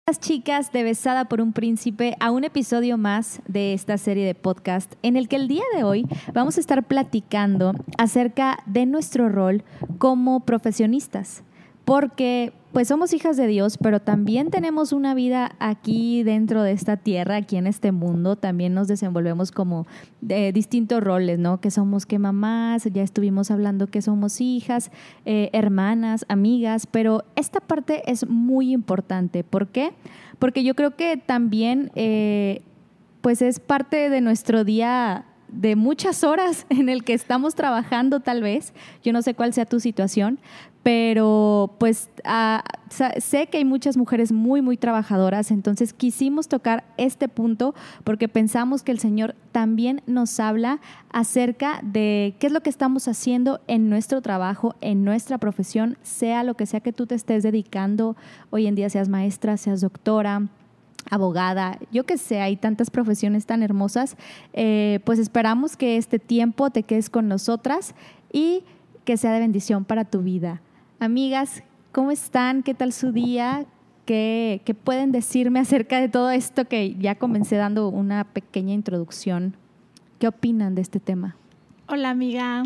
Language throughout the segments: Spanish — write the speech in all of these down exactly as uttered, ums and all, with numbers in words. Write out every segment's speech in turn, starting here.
Chicas de Besada por un Príncipe, a un episodio más de esta serie de podcast en el que el día de hoy vamos a estar platicando acerca de nuestro rol como profesionistas, porque pues somos hijas de Dios, pero también tenemos una vida aquí dentro de esta tierra, aquí en este mundo. También nos desenvolvemos como de distintos roles, ¿no? Que somos que mamás, ya estuvimos hablando que somos hijas, eh, hermanas, amigas, pero esta parte es muy importante. ¿Por qué? Porque yo creo que también eh, pues es parte de nuestro día, de muchas horas en el que estamos trabajando tal vez. Yo no sé cuál sea tu situación, pero pues uh, sé que hay muchas mujeres muy, muy trabajadoras, entonces quisimos tocar este punto porque pensamos que el Señor también nos habla acerca de qué es lo que estamos haciendo en nuestro trabajo, en nuestra profesión, sea lo que sea que tú te estés dedicando. Hoy en día seas maestra, seas doctora, abogada, yo que sé, hay tantas profesiones tan hermosas. Eh, pues esperamos que este tiempo te quedes con nosotras y que sea de bendición para tu vida. Amigas, ¿cómo están? ¿Qué tal su día? ¿Qué, qué pueden decirme acerca de todo esto que ya comencé dando una pequeña introducción? ¿Qué opinan de este tema? Hola, amiga.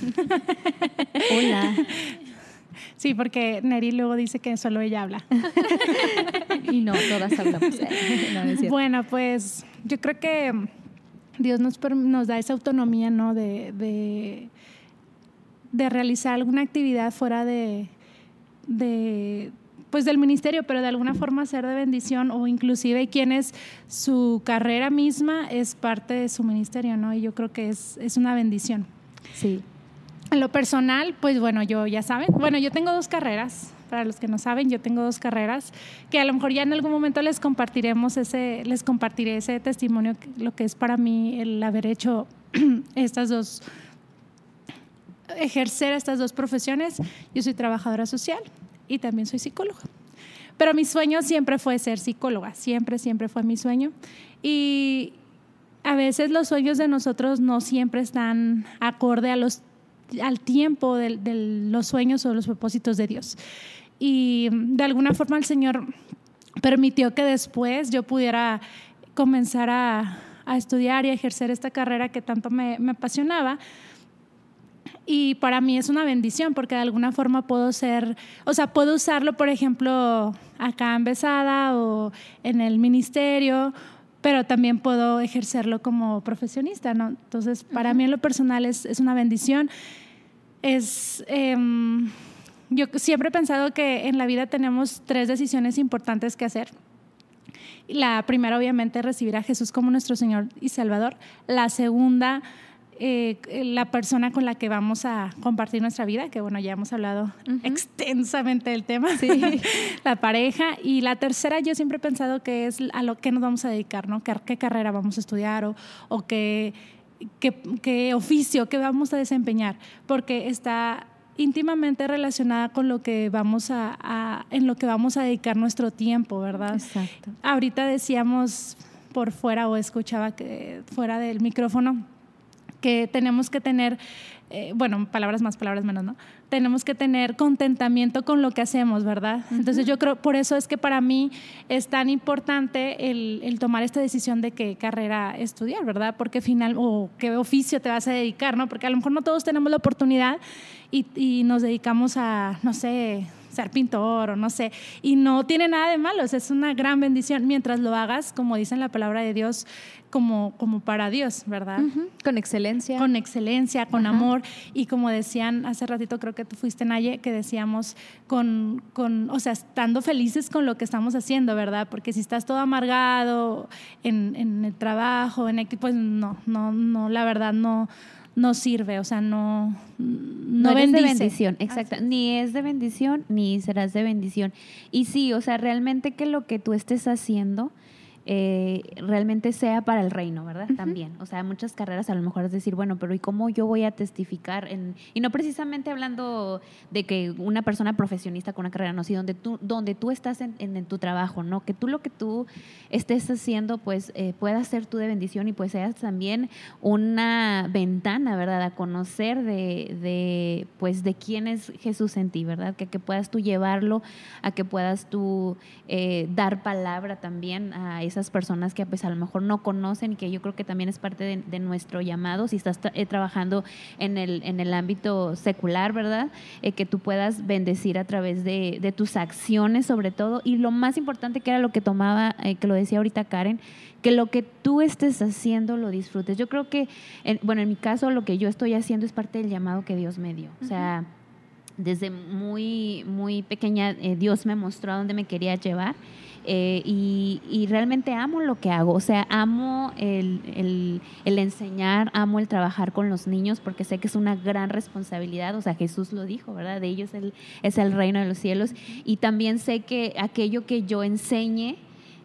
Hola. Sí, porque Neri luego dice que solo ella habla. Y no, todas hablamos. No, no es cierto. Bueno, pues yo creo que Dios nos, nos da esa autonomía, ¿no? De, de, de realizar alguna actividad fuera de, de, pues del ministerio, pero de alguna forma ser de bendición, o inclusive quienes su carrera misma es parte de su ministerio, ¿no? Y yo creo que es, es una bendición. Sí. En lo personal, pues bueno, yo ya saben, bueno, yo tengo dos carreras, para los que no saben, yo tengo dos carreras, que a lo mejor ya en algún momento les compartiremos ese, les compartiré ese testimonio, lo que es para mí el haber hecho estas dos, ejercer estas dos profesiones. Yo soy trabajadora social y también soy psicóloga, pero mi sueño siempre fue ser psicóloga, siempre, siempre fue mi sueño. Y a veces los sueños de nosotros no siempre están acorde a los al tiempo de, de los sueños o los propósitos de Dios. Y de alguna forma el Señor permitió que después yo pudiera comenzar a, a estudiar y a ejercer esta carrera que tanto me, me apasionaba. Y para mí es una bendición porque de alguna forma puedo ser, o sea, puedo usarlo, por ejemplo, acá en Besada o en el ministerio, pero también puedo ejercerlo como profesionista, ¿no? Entonces, para uh-huh. mí en lo personal es, es una bendición. Es, eh, yo siempre he pensado que en la vida tenemos tres decisiones importantes que hacer. La primera, obviamente, es recibir a Jesús como nuestro Señor y Salvador. La segunda, eh, la persona con la que vamos a compartir nuestra vida, que bueno, ya hemos hablado uh-huh. extensamente del tema, sí. La pareja. Y la tercera, yo siempre he pensado que es a lo que nos vamos a dedicar, ¿no? ¿Qué, qué carrera vamos a estudiar o, o qué, qué, qué oficio que vamos a desempeñar? Porque está íntimamente relacionada con lo que vamos a, a en lo que vamos a dedicar nuestro tiempo, ¿verdad? Exacto. Ahorita decíamos por fuera, o escuchaba que fuera del micrófono, que tenemos que tener, eh, bueno, palabras más, palabras menos, ¿no? Tenemos que tener contentamiento con lo que hacemos, ¿verdad? Uh-huh. Entonces yo creo, por eso es que para mí es tan importante el, el tomar esta decisión de qué carrera estudiar, ¿verdad? Porque final, o qué oficio te vas a dedicar, ¿no? Porque a lo mejor no todos tenemos la oportunidad y, y nos dedicamos a, no sé, ser pintor o no sé, y no tiene nada de malo, o sea, es una gran bendición mientras lo hagas, como dice en la palabra de Dios, como, como para Dios, ¿verdad? Uh-huh. Con excelencia. Con excelencia, con Ajá. amor, y como decían hace ratito, creo que tú fuiste, Naye, que decíamos con, con, o sea, estando felices con lo que estamos haciendo, ¿verdad? Porque si estás todo amargado en, en el trabajo, en equipo, pues no, no, no, la verdad no no sirve, o sea, no no, no bendice. Es de bendición, exacto, ni es de bendición ni serás de bendición. Y sí, o sea, realmente que lo que tú estés haciendo eh, realmente sea para el reino, ¿verdad? Uh-huh. También, o sea, muchas carreras a lo mejor es decir, bueno, pero ¿y cómo yo voy a testificar? En, y no precisamente hablando de que una persona profesionista con una carrera, no, sino donde tú, donde tú estás en, en, en tu trabajo, ¿no? Que tú lo que tú estés haciendo, pues, eh, pueda ser tú de bendición y pues seas también una ventana, ¿verdad? A conocer de, de, pues, de quién es Jesús en ti, ¿verdad? Que, que puedas tú llevarlo, a que puedas tú eh, dar palabra también a esas personas que pues a lo mejor no conocen y que yo creo que también es parte de, de nuestro llamado, si estás tra- eh, trabajando en el, en el ámbito secular, ¿verdad? Eh, que tú puedas bendecir a través de, de tus acciones sobre todo, y lo más importante que era lo que tomaba, eh, que lo decía ahorita Karen, que lo que tú estés haciendo lo disfrutes. Yo creo que, en, bueno, en mi caso lo que yo estoy haciendo es parte del llamado que Dios me dio, o sea, desde muy, muy pequeña eh, Dios me mostró a dónde me quería llevar. Eh, y, y realmente amo lo que hago, o sea, amo el, el, el enseñar, amo el trabajar con los niños porque sé que es una gran responsabilidad, o sea, Jesús lo dijo, ¿verdad? De ellos es el, es el reino de los cielos, y también sé que aquello que yo enseñe,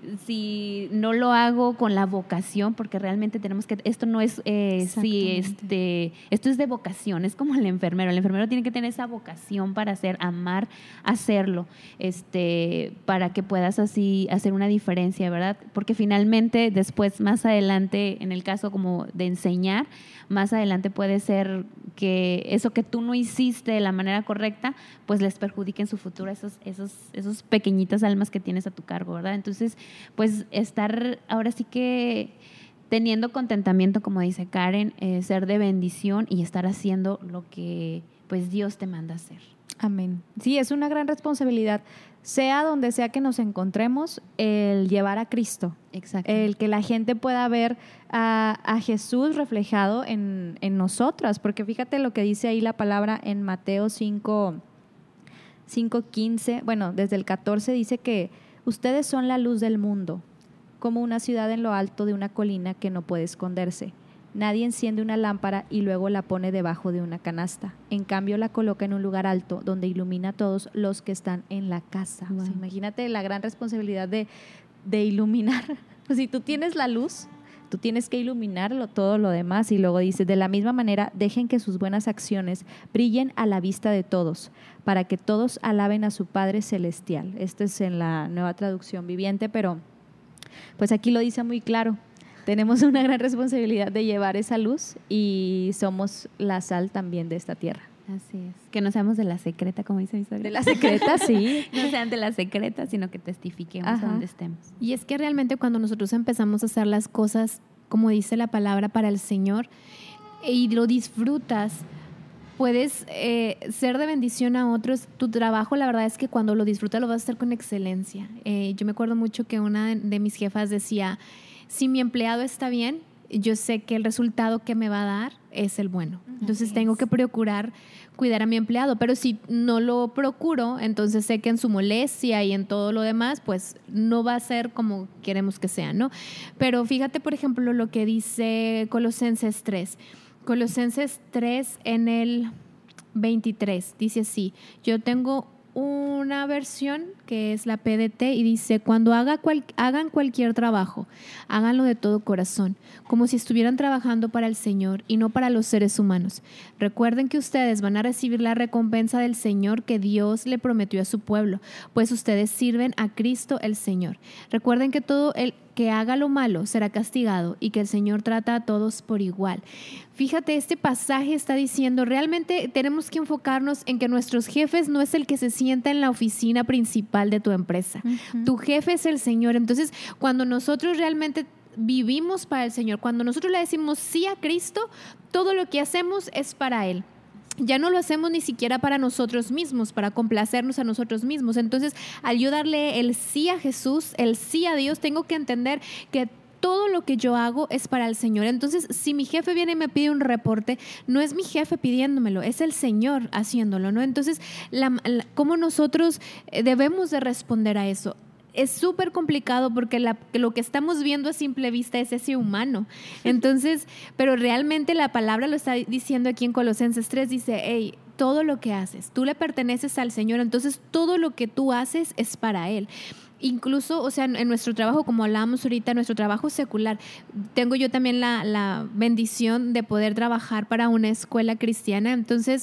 si no lo hago con la vocación, porque realmente tenemos que, esto no es, eh, si este, esto es de vocación, es como el enfermero, el enfermero tiene que tener esa vocación para hacer, amar, hacerlo, este, para que puedas así hacer una diferencia, ¿verdad? Porque finalmente después, más adelante, en el caso como de enseñar, más adelante puede ser que eso que tú no hiciste de la manera correcta, pues les perjudique en su futuro a esos, esos, esos pequeñitas almas que tienes a tu cargo, ¿verdad? Entonces, pues estar ahora sí que teniendo contentamiento, como dice Karen, eh, ser de bendición y estar haciendo lo que pues Dios te manda a hacer. Amén. Sí, es una gran responsabilidad, sea donde sea que nos encontremos, el llevar a Cristo. Exacto. El que la gente pueda ver a, a Jesús reflejado en, en nosotras, porque fíjate lo que dice ahí la palabra en Mateo cinco, cinco quince, bueno, desde el catorce dice que ustedes son la luz del mundo, como una ciudad en lo alto de una colina que no puede esconderse. Nadie enciende una lámpara y luego la pone debajo de una canasta. En cambio, la coloca en un lugar alto donde ilumina a todos los que están en la casa. Wow. O sea, imagínate la gran responsabilidad de, de iluminar. Pues si tú tienes la luz, tú tienes que iluminarlo todo lo demás. Y luego dice, de la misma manera, dejen que sus buenas acciones brillen a la vista de todos, para que todos alaben a su Padre Celestial. Esto es en la Nueva Traducción Viviente, pero pues aquí lo dice muy claro. Tenemos una gran responsabilidad de llevar esa luz y somos la sal también de esta tierra. Así es. Que no seamos de la secreta, como dice mi suegra. De la secreta, sí. No sean de la secreta, sino que testifiquemos Ajá. a donde estemos. Y es que realmente cuando nosotros empezamos a hacer las cosas, como dice la palabra, para el Señor, y lo disfrutas, puedes eh, ser de bendición a otros. Tu trabajo, la verdad es que cuando lo disfrutas lo vas a hacer con excelencia. Eh, yo me acuerdo mucho que una de mis jefas decía, si mi empleado está bien, yo sé que el resultado que me va a dar es el bueno. Entonces tengo que procurar cuidar a mi empleado, pero si no lo procuro, entonces sé que en su molestia y en todo lo demás, pues no va a ser como queremos que sea, ¿no? Pero fíjate, por ejemplo, lo que dice Colosenses tres. Colosenses tres en el veintitrés, dice así, yo tengo una versión que es la P D T y dice, cuando haga cual, hagan cualquier trabajo, háganlo de todo corazón, como si estuvieran trabajando para el Señor y no para los seres humanos. Recuerden que ustedes van a recibir la recompensa del Señor que Dios le prometió a su pueblo, pues ustedes sirven a Cristo el Señor. Recuerden que todo el que haga lo malo será castigado y que el Señor trata a todos por igual. Fíjate, este pasaje está diciendo, realmente tenemos que enfocarnos en que nuestros jefes no es el que se sienta en la oficina principal de tu empresa. Uh-huh. Tu jefe es el Señor. Entonces, cuando nosotros realmente vivimos para el Señor, cuando nosotros le decimos sí a Cristo, todo lo que hacemos es para Él. Ya no lo hacemos ni siquiera para nosotros mismos, para complacernos a nosotros mismos. Entonces, al yo darle el sí a Jesús, el sí a Dios, tengo que entender que todo lo que yo hago es para el Señor. Entonces, si mi jefe viene y me pide un reporte, no es mi jefe pidiéndomelo, es el Señor haciéndolo, ¿no? Entonces, la, la, ¿cómo nosotros debemos de responder a eso? Es súper complicado porque la, lo que estamos viendo a simple vista es ese humano. Entonces, pero realmente la palabra lo está diciendo aquí en Colosenses tres, dice, hey, todo lo que haces, tú le perteneces al Señor, entonces todo lo que tú haces es para Él. incluso, o sea, en, en nuestro trabajo, como hablábamos ahorita, nuestro trabajo secular, tengo yo también la, la bendición de poder trabajar para una escuela cristiana. Entonces,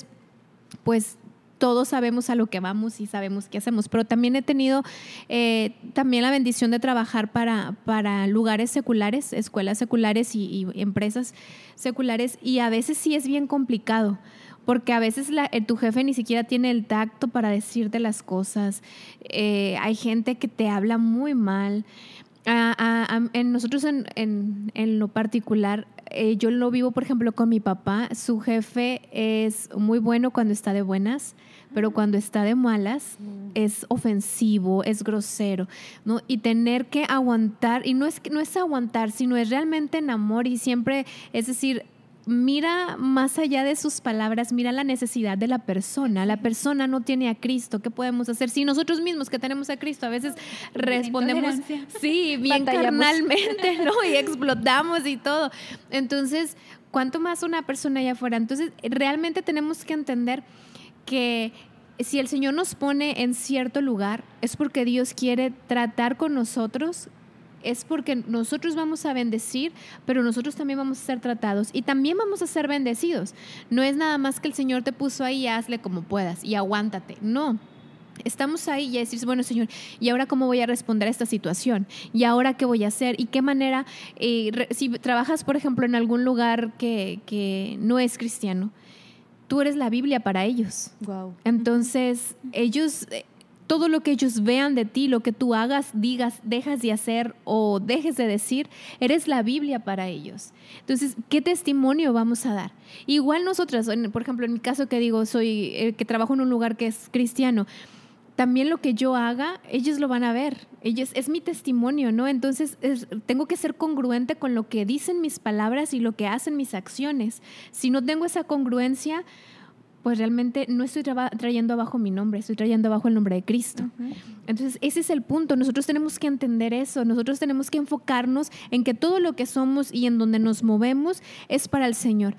pues todos sabemos a lo que vamos y sabemos qué hacemos, pero también he tenido eh, también la bendición de trabajar para, para lugares seculares, escuelas seculares y, y empresas seculares, y a veces sí es bien complicado, porque a veces la, tu jefe ni siquiera tiene el tacto para decirte las cosas. Eh, hay gente que te habla muy mal. A, a, a, en nosotros en, en, en lo particular, eh, yo lo vivo, por ejemplo, con mi papá. Su jefe es muy bueno cuando está de buenas, pero cuando está de malas es ofensivo, es grosero, ¿no? Y tener que aguantar, y no es, no es aguantar, sino es realmente en amor, y siempre, es decir, mira más allá de sus palabras, mira la necesidad de la persona. La persona no tiene a Cristo. ¿Qué podemos hacer? Si nosotros mismos que tenemos a Cristo a veces respondemos, sí, bien carnalmente, ¿no? Y explotamos y todo. Entonces, ¿cuánto más una persona allá afuera? Entonces, realmente tenemos que entender que si el Señor nos pone en cierto lugar, es porque Dios quiere tratar con nosotros, es porque nosotros vamos a bendecir, pero nosotros también vamos a ser tratados y también vamos a ser bendecidos. No es nada más que el Señor te puso ahí y hazle como puedas y aguántate. No, estamos ahí y decir, bueno, Señor, ¿y ahora cómo voy a responder a esta situación? ¿Y ahora qué voy a hacer? ¿Y qué manera? Eh, re, si trabajas, por ejemplo, en algún lugar que, que no es cristiano, tú eres la Biblia para ellos. Wow. Entonces, ellos... todo lo que ellos vean de ti, lo que tú hagas, digas, dejas de hacer o dejes de decir, eres la Biblia para ellos. Entonces, ¿qué testimonio vamos a dar? Igual nosotras, por ejemplo, en mi caso que digo, soy eh, que trabajo en un lugar que es cristiano, también lo que yo haga, ellos lo van a ver. Ellos, es mi testimonio, ¿no? Entonces, es, tengo que ser congruente con lo que dicen mis palabras y lo que hacen mis acciones. Si no tengo esa congruencia, pues realmente no estoy tra- trayendo abajo mi nombre, estoy trayendo abajo el nombre de Cristo. Uh-huh. Entonces, ese es el punto. Nosotros tenemos que entender eso. Nosotros tenemos que enfocarnos en que todo lo que somos y en donde nos movemos es para el Señor.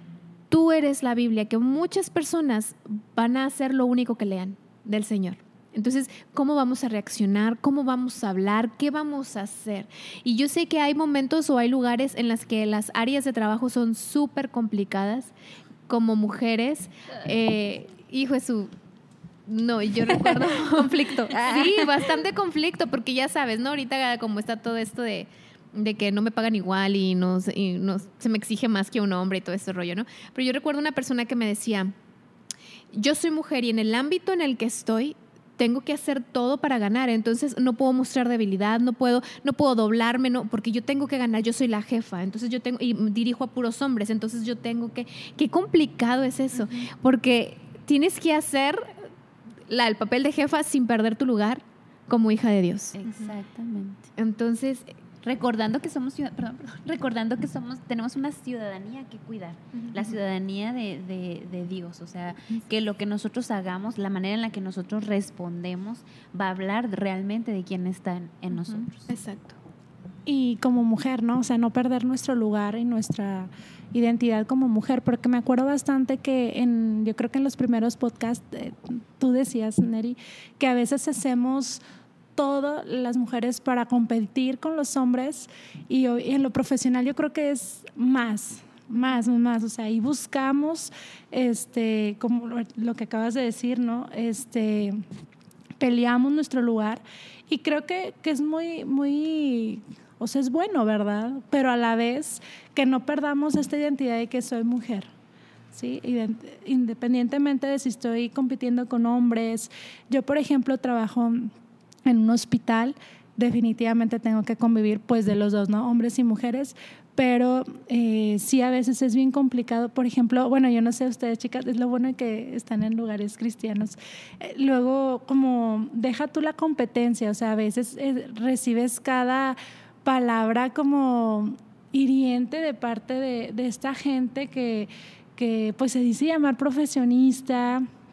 Tú eres la Biblia, que muchas personas van a hacer lo único que lean del Señor. Entonces, ¿cómo vamos a reaccionar? ¿Cómo vamos a hablar? ¿Qué vamos a hacer? Y yo sé que hay momentos o hay lugares en las que las áreas de trabajo son súper complicadas. Como mujeres, eh, hijo de su... No, yo recuerdo... conflicto. Sí, bastante conflicto, porque ya sabes, ¿no? Ahorita como está todo esto de, de que no me pagan igual y, no, y no, se me exige más que un hombre y todo ese rollo, ¿no? Pero yo recuerdo una persona que me decía, yo soy mujer y en el ámbito en el que estoy, tengo que hacer todo para ganar, entonces no puedo mostrar debilidad, no puedo, no puedo doblarme, no, porque yo tengo que ganar, yo soy la jefa, entonces yo tengo, y dirijo a puros hombres, entonces yo tengo que, qué complicado es eso, uh-huh. Porque tienes que hacer la, el papel de jefa sin perder tu lugar como hija de Dios. Exactamente. Entonces, recordando que somos perdón, perdón, recordando que somos tenemos una ciudadanía que cuidar, uh-huh. La ciudadanía de, de, de Dios, o sea, uh-huh. Que lo que nosotros hagamos, la manera en la que nosotros respondemos va a hablar realmente de quién está en, en uh-huh. nosotros. Exacto. Y como mujer, ¿no? O sea, no perder nuestro lugar y nuestra identidad como mujer, porque me acuerdo bastante que en, yo creo que en los primeros podcasts eh, tú decías, Neri, que a veces hacemos todas las mujeres para competir con los hombres y, y en lo profesional yo creo que es más, más, más, o sea, y buscamos, este, como lo, lo que acabas de decir, ¿no? Este, peleamos nuestro lugar y creo que, que es muy, muy, o sea, es bueno, ¿verdad? Pero a la vez que no perdamos esta identidad de que soy mujer. ¿Sí? Independientemente de si estoy compitiendo con hombres. Yo, por ejemplo, trabajo en un hospital, definitivamente tengo que convivir pues de los dos, ¿no? Hombres y mujeres, pero eh, sí a veces es bien complicado. Por ejemplo, bueno, yo no sé ustedes, chicas, es lo bueno de que están en lugares cristianos. Eh, luego, como deja tú la competencia, o sea, a veces eh, recibes cada palabra como hiriente de parte de, de esta gente que, que pues se dice llamar profesionista,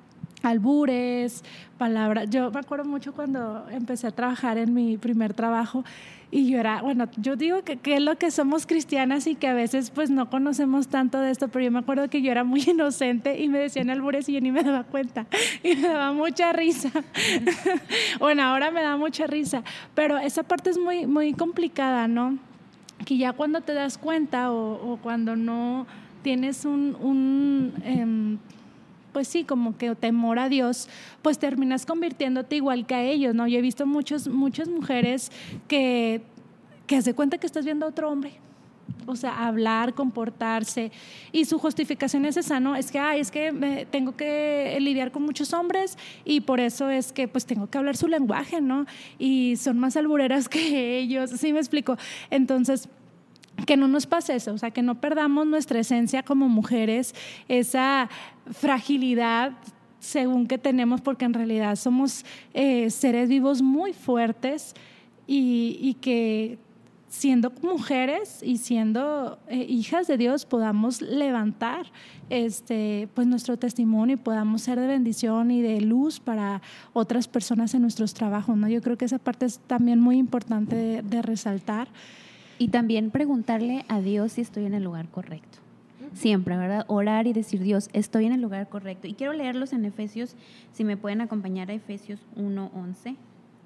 albures, palabras. Yo me acuerdo mucho cuando empecé a trabajar en mi primer trabajo y yo era, bueno, yo digo que, que es lo que somos cristianas y que a veces pues no conocemos tanto de esto, pero yo me acuerdo que yo era muy inocente y me decían albures y yo ni me daba cuenta y me daba mucha risa. Bueno, ahora me da mucha risa, pero esa parte es muy, muy complicada, ¿no? Que ya cuando te das cuenta o, o cuando no tienes un... un eh, pues sí, como que temor a Dios, pues terminas convirtiéndote igual que a ellos, ¿no? Yo he visto muchos, muchas mujeres que, que hace cuenta que estás viendo a otro hombre. O sea, hablar, comportarse, y su justificación es esa, ¿no? Es que, ay, es que me, tengo que lidiar con muchos hombres y por eso es que pues tengo que hablar su lenguaje, ¿no? Y son más albureras que ellos, ¿sí me explico? Entonces, que no nos pase eso, o sea, que no perdamos nuestra esencia como mujeres, esa fragilidad según que tenemos, porque en realidad somos eh, seres vivos muy fuertes y, y que siendo mujeres y siendo eh, hijas de Dios podamos levantar este, pues nuestro testimonio y podamos ser de bendición y de luz para otras personas en nuestros trabajos, ¿no? Yo creo que esa parte es también muy importante de, de resaltar. Y también preguntarle a Dios si estoy en el lugar correcto. Siempre, ¿verdad? Orar y decir, Dios, estoy en el lugar correcto. Y quiero leerlos en Efesios, si me pueden acompañar a Efesios uno once.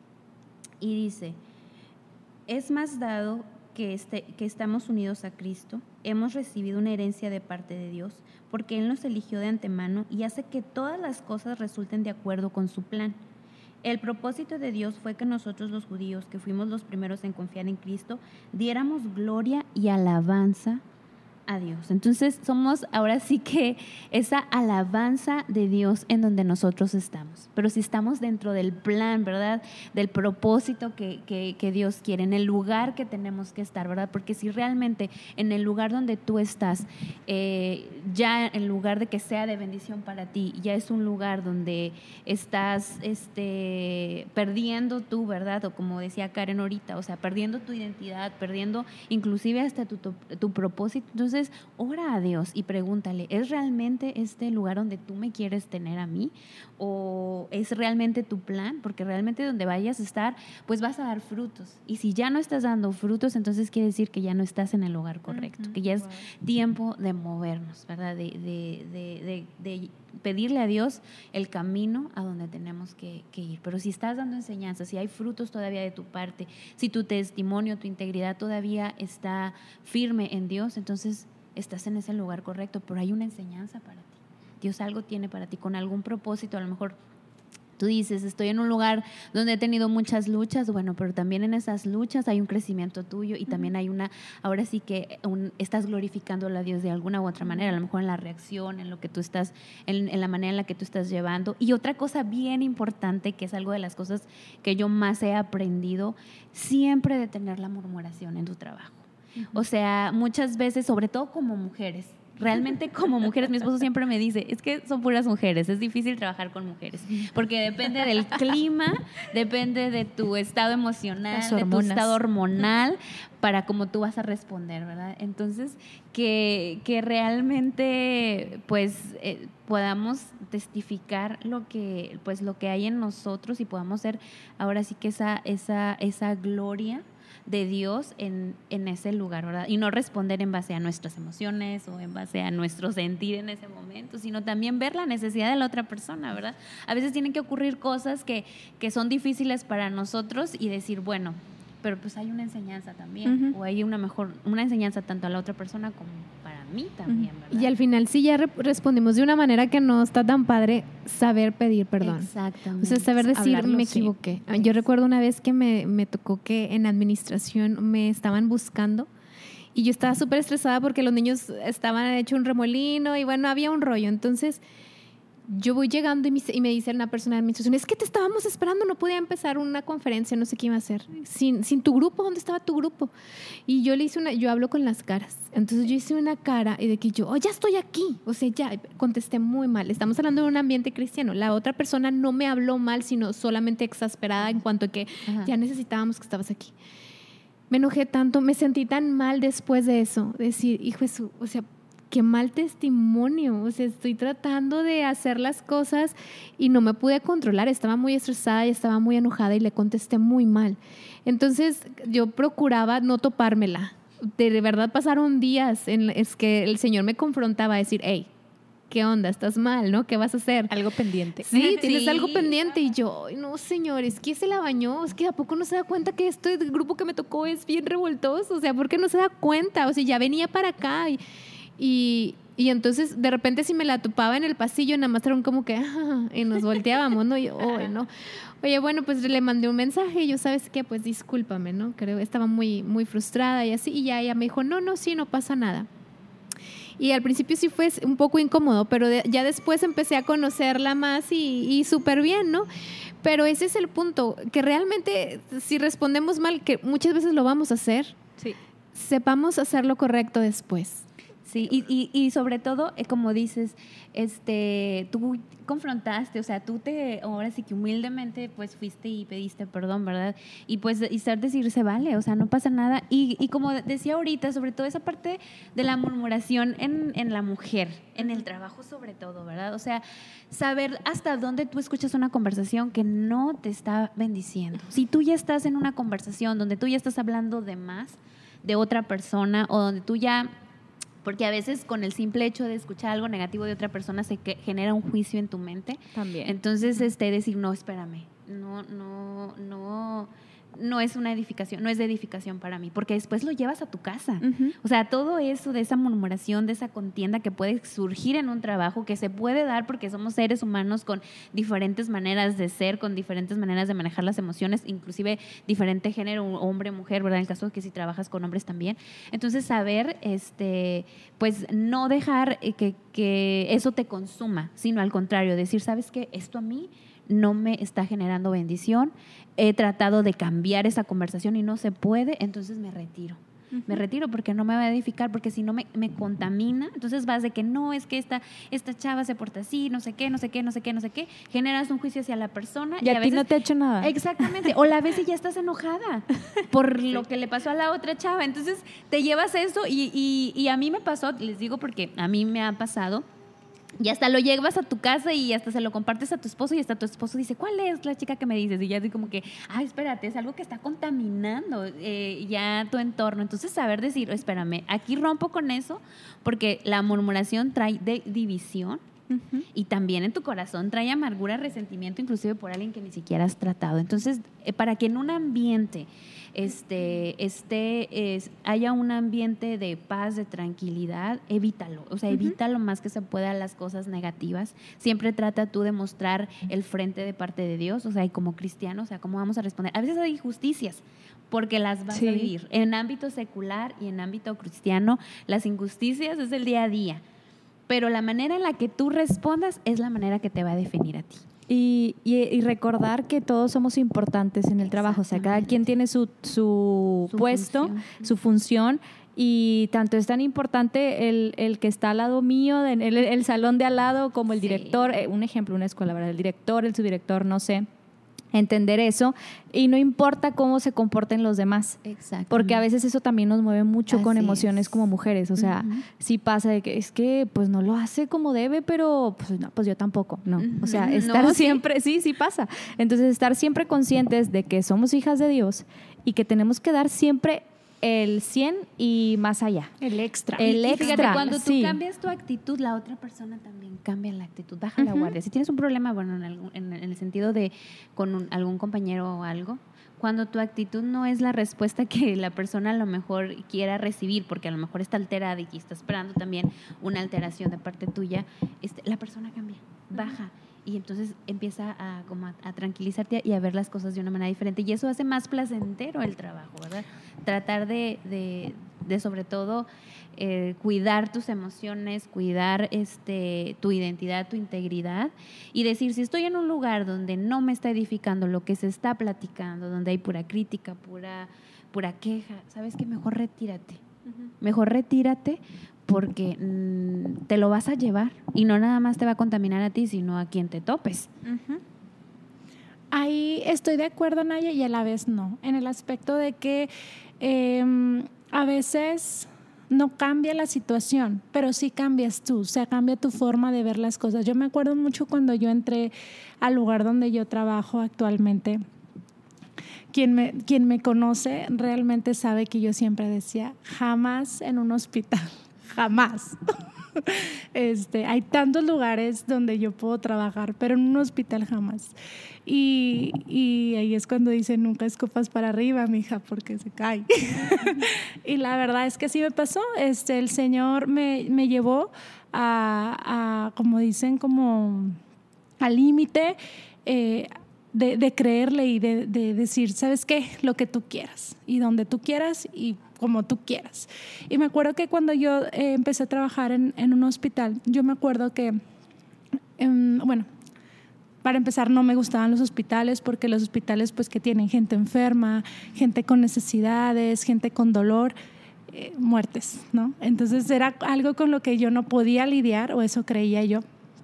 Y dice, es más dado que, este, que estamos unidos a Cristo, hemos recibido una herencia de parte de Dios, porque Él nos eligió de antemano y hace que todas las cosas resulten de acuerdo con su plan. El propósito de Dios fue que nosotros los judíos, que fuimos los primeros en confiar en Cristo, diéramos gloria y alabanza a Dios. Entonces somos ahora sí que esa alabanza de Dios en donde nosotros estamos. Pero si estamos dentro del plan, ¿verdad? Del propósito que, que, que Dios quiere, en el lugar que tenemos que estar, ¿verdad? Porque si realmente en el lugar donde tú estás, eh, ya en lugar de que sea de bendición para ti, ya es un lugar donde estás este, perdiendo tú, ¿verdad? O como decía Karen ahorita, o sea, perdiendo tu identidad, perdiendo inclusive hasta tu, tu, tu propósito. Entonces, ora a Dios y pregúntale, ¿es realmente este lugar donde tú me quieres tener a mí? ¿O es realmente tu plan? Porque realmente donde vayas a estar, pues vas a dar frutos. Y si ya no estás dando frutos, entonces quiere decir que ya no estás en el lugar correcto, uh-huh. que ya es wow. tiempo de movernos, ¿verdad? De, de, de, de, de pedirle a Dios el camino a donde tenemos que, que ir. Pero si estás dando enseñanza, si hay frutos todavía de tu parte, si tu testimonio, tu integridad todavía está firme en Dios, entonces estás en ese lugar correcto, pero hay una enseñanza para ti. Dios algo tiene para ti, con algún propósito. A lo mejor tú dices, estoy en un lugar donde he tenido muchas luchas, bueno, pero también en esas luchas hay un crecimiento tuyo y uh-huh. también hay una, ahora sí que un, estás glorificándole a Dios de alguna u otra manera, a lo mejor en la reacción, en lo que tú estás, en, en la manera en la que tú estás llevando. Y otra cosa bien importante, que es algo de las cosas que yo más he aprendido, siempre detener la murmuración en tu trabajo. O sea, muchas veces, sobre todo como mujeres, realmente como mujeres, mi esposo siempre me dice, es que son puras mujeres, es difícil trabajar con mujeres, porque depende del clima, depende de tu estado emocional, de tu estado hormonal, para cómo tú vas a responder, ¿verdad? Entonces, que, que realmente, pues, eh, podamos testificar lo que, pues, lo que hay en nosotros y podamos ser, ahora sí que esa, esa, esa gloria de Dios en, en ese lugar, ¿verdad? Y no responder en base a nuestras emociones o en base a nuestro sentir en ese momento, sino también ver la necesidad de la otra persona, ¿verdad? A veces tienen que ocurrir cosas que, que son difíciles para nosotros y decir, bueno, pero pues hay una enseñanza también, uh-huh. o hay una mejor, una enseñanza tanto a la otra persona como para mí también, ¿verdad? Y al final sí ya re- respondimos de una manera que no está tan padre, saber pedir perdón. Exactamente. O sea, saber decir, Hablarlo, me sí. equivoqué. Yo recuerdo una vez que me, me tocó que en administración me estaban buscando y yo estaba súper estresada porque los niños estaban hecho un remolino y bueno, había un rollo. Entonces yo voy llegando y me, y me dice una persona de administración, es que te estábamos esperando, no podía empezar una conferencia, no sé qué iba a hacer. Sin, sin tu grupo, ¿dónde estaba tu grupo? Y yo le hice una, yo hablo con las caras. Entonces yo hice una cara y de que yo, oh, ya estoy aquí. O sea, ya contesté muy mal. Estamos hablando de un ambiente cristiano. La otra persona no me habló mal, sino solamente exasperada en cuanto a que Ajá. ya necesitábamos que estabas aquí. Me enojé tanto, me sentí tan mal después de eso. Decir, hijo Jesús, o sea, qué mal testimonio, o sea, estoy tratando de hacer las cosas y no me pude controlar, estaba muy estresada y estaba muy enojada y le contesté muy mal. Entonces yo procuraba no topármela. De verdad pasaron días en es que el Señor me confrontaba a decir, hey, ¿qué onda? ¿Estás mal, no? ¿Qué vas a hacer? Algo pendiente. Sí, tienes Sí. algo pendiente. Y yo, ay, no, señor, es que se la bañó. Es que ¿a poco no se da cuenta que este grupo que me tocó es bien revoltoso? O sea, ¿por qué no se da cuenta? O sea, ya venía para acá. Y, y, y entonces, de repente, si me la topaba en el pasillo, nada más era un como que, ah, y nos volteábamos, ¿no? Y yo, oh, no. Oye, bueno, pues le mandé un mensaje y yo, ¿sabes qué? Pues discúlpame, ¿no? Creo, estaba muy, muy frustrada y así. Y ya ella me dijo, no, no, sí, no pasa nada. Y al principio sí fue un poco incómodo, pero de, ya después empecé a conocerla más y, y súper bien, ¿no? Pero ese es el punto, que realmente si respondemos mal, que muchas veces lo vamos a hacer, Sí. sepamos hacer lo correcto después. Sí, y, y, y sobre todo, eh, como dices, este, tú confrontaste, o sea, tú te, ahora sí que humildemente, pues fuiste y pediste perdón, ¿verdad? Y pues, y saber decir, se vale, o sea, no pasa nada. Y, y como decía ahorita, sobre todo esa parte de la murmuración en, en la mujer, en el trabajo sobre todo, ¿verdad? O sea, saber hasta dónde tú escuchas una conversación que no te está bendiciendo. Si tú ya estás en una conversación donde tú ya estás hablando de más de otra persona o donde tú ya... Porque a veces con el simple hecho de escuchar algo negativo de otra persona se que genera un juicio en tu mente. También. Entonces, este, decir, no, espérame, no, no, no, no es una edificación, no es de edificación para mí, porque después lo llevas a tu casa. Uh-huh. O sea, todo eso de esa murmuración, de esa contienda que puede surgir en un trabajo, que se puede dar porque somos seres humanos con diferentes maneras de ser, con diferentes maneras de manejar las emociones, inclusive diferente género, hombre, mujer, ¿verdad? En el caso de que si trabajas con hombres también. Entonces, saber, este, pues, no dejar que, que eso te consuma, sino al contrario, decir, ¿sabes qué? Esto a mí no me está generando bendición, he tratado de cambiar esa conversación y no se puede, entonces me retiro. Uh-huh. Me retiro porque no me va a edificar, porque si no me, me contamina, entonces vas de que no, es que esta, esta chava se porta así, no sé qué, no sé qué, no sé qué, no sé qué, generas un juicio hacia la persona. Y, y a, a ti veces, no te ha hecho nada. Exactamente, o la ves y ya estás enojada por sí. lo que le pasó a la otra chava, entonces te llevas eso y, y, y a mí me pasó, les digo porque a mí me ha pasado. Y hasta lo llevas a tu casa y hasta se lo compartes a tu esposo y hasta tu esposo dice, ¿cuál es la chica que me dices? Y ya así como que, ay, espérate, es algo que está contaminando eh, ya tu entorno. Entonces, saber decir, espérame, aquí rompo con eso porque la murmuración trae de división. Uh-huh. Y también en tu corazón trae amargura, resentimiento, inclusive por alguien que ni siquiera has tratado. Entonces, eh, para que en un ambiente este, este, es, haya un ambiente de paz, de tranquilidad, evítalo. O sea, uh-huh. evita lo más que se pueda las cosas negativas. Siempre trata tú de mostrar el frente de parte de Dios, o sea, y como cristiano, o sea, cómo vamos a responder. A veces hay injusticias, porque las vas sí. a vivir. En ámbito secular y en ámbito cristiano, las injusticias es el día a día. Pero la manera en la que tú respondas es la manera que te va a definir a ti. Y, y, y recordar que todos somos importantes en el trabajo, o sea, cada quien tiene su, su, su puesto, función. su función, y tanto es tan importante el, el que está al lado mío, el, el, el salón de al lado, como el director, sí. eh, un ejemplo, una escuela, ¿verdad? El director, el subdirector, no sé. Entender eso y no importa cómo se comporten los demás. Exacto. Porque a veces eso también nos mueve mucho Así con emociones es. como mujeres. O sea, uh-huh. sí pasa de que es que pues no lo hace como debe, pero pues no, pues yo tampoco, no. O sea, estar no, siempre, sí. sí, sí pasa. Entonces, estar siempre conscientes de que somos hijas de Dios y que tenemos que dar siempre el cien y más allá. El extra. El y, extra. Fíjate, cuando sí. tú cambias tu actitud, la otra persona también cambia la actitud. Baja uh-huh. la guardia. Si tienes un problema, bueno, en, algún, en, en el sentido de con un, algún compañero o algo, cuando tu actitud no es la respuesta que la persona a lo mejor quiera recibir, porque a lo mejor está alterada y está esperando también una alteración de parte tuya, este, la persona cambia, baja. Uh-huh. Y entonces empieza a, como a, a tranquilizarte y a ver las cosas de una manera diferente. Y eso hace más placentero el trabajo, ¿verdad? Tratar de, de, de sobre todo, eh, cuidar tus emociones, cuidar este, tu identidad, tu integridad. Y decir, si estoy en un lugar donde no me está edificando lo que se está platicando, donde hay pura crítica, pura, pura queja, ¿sabes qué? Mejor retírate. Uh-huh. Mejor retírate porque mmm, te lo vas a llevar y no nada más te va a contaminar a ti, sino a quien te topes. Uh-huh. Ahí estoy de acuerdo, Naya, y a la vez no, en el aspecto de que eh, a veces no cambia la situación, pero sí cambias tú, o sea, cambia tu forma de ver las cosas. Yo me acuerdo mucho cuando yo entré al lugar donde yo trabajo actualmente. Quien me, quien me conoce realmente sabe que yo siempre decía, jamás en un hospital, jamás. Este, hay tantos lugares donde yo puedo trabajar, pero en un hospital jamás. Y, y ahí es cuando dicen, nunca escupas para arriba, mija, porque se cae. Y la verdad es que sí me pasó. Este, el Señor me, me llevó a, a, como dicen, como al límite eh, de, de creerle y de, de decir, ¿sabes qué? Lo que tú quieras y donde tú quieras y como tú quieras. Y me acuerdo que cuando yo eh, empecé a trabajar en, en un hospital, yo me acuerdo que, eh, bueno, para empezar no me gustaban los hospitales porque los hospitales pues que tienen gente enferma, gente con necesidades, gente con dolor, eh, muertes, ¿no? Entonces era algo con lo que yo no podía lidiar, o eso creía yo.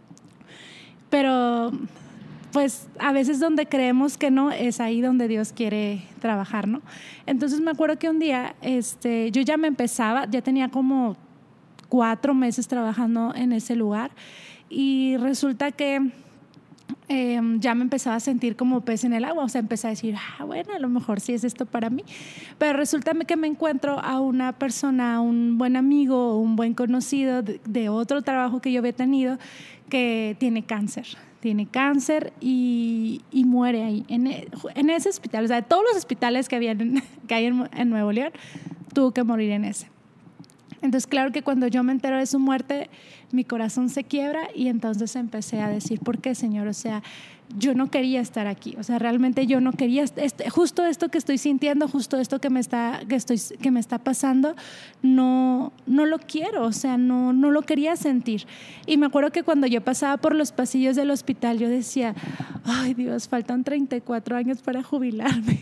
Pero pues a veces donde creemos que no, es ahí donde Dios quiere trabajar, ¿no? Entonces me acuerdo que un día este, yo ya me empezaba, ya tenía como cuatro meses trabajando en ese lugar y resulta que eh, ya me empezaba a sentir como pez en el agua, o sea, empecé a decir, ah, bueno, a lo mejor sí es esto para mí, pero resulta que me encuentro a una persona, un buen amigo, un buen conocido de, de otro trabajo que yo había tenido que tiene cáncer. Tiene cáncer y, y muere ahí, en, en ese hospital. O sea, de todos los hospitales que, habían, que hay en, en Nuevo León, tuvo que morir en ese. Entonces, claro que cuando yo me entero de su muerte, mi corazón se quiebra y entonces empecé a decir, ¿por qué, Señor? O sea, yo no quería estar aquí. O sea, realmente yo no quería, este, justo esto que estoy sintiendo, justo esto que me está, que estoy, que me está pasando, no, no lo quiero. O sea, no, no lo quería sentir. Y me acuerdo que cuando yo pasaba por los pasillos del hospital, yo decía, ay Dios, faltan treinta y cuatro años para jubilarme.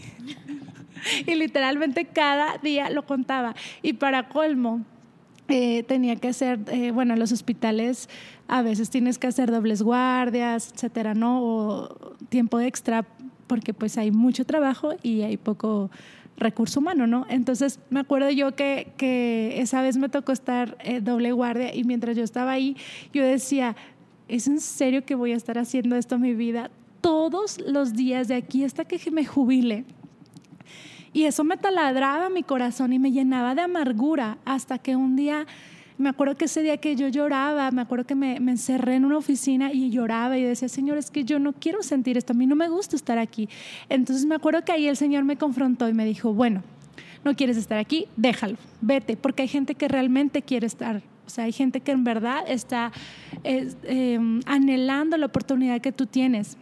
Y literalmente cada día lo contaba. Y para colmo, Eh, tenía que hacer, eh, bueno, en los hospitales a veces tienes que hacer dobles guardias, etcétera, ¿no? O tiempo extra porque pues hay mucho trabajo y hay poco recurso humano, ¿no? Entonces me acuerdo yo que, que esa vez me tocó estar eh, doble guardia y mientras yo estaba ahí, yo decía, ¿es en serio que voy a estar haciendo esto en mi vida todos los días de aquí hasta que me jubile? Y eso me taladraba mi corazón y me llenaba de amargura hasta que un día, me acuerdo que ese día que yo lloraba, me acuerdo que me, me encerré en una oficina y lloraba y decía, Señor, es que yo no quiero sentir esto, a mí no me gusta estar aquí. Entonces me acuerdo que ahí el Señor me confrontó y me dijo, bueno, no quieres estar aquí, déjalo, vete, porque hay gente que realmente quiere estar. O sea, hay gente que en verdad está eh, eh, anhelando la oportunidad que tú tienes.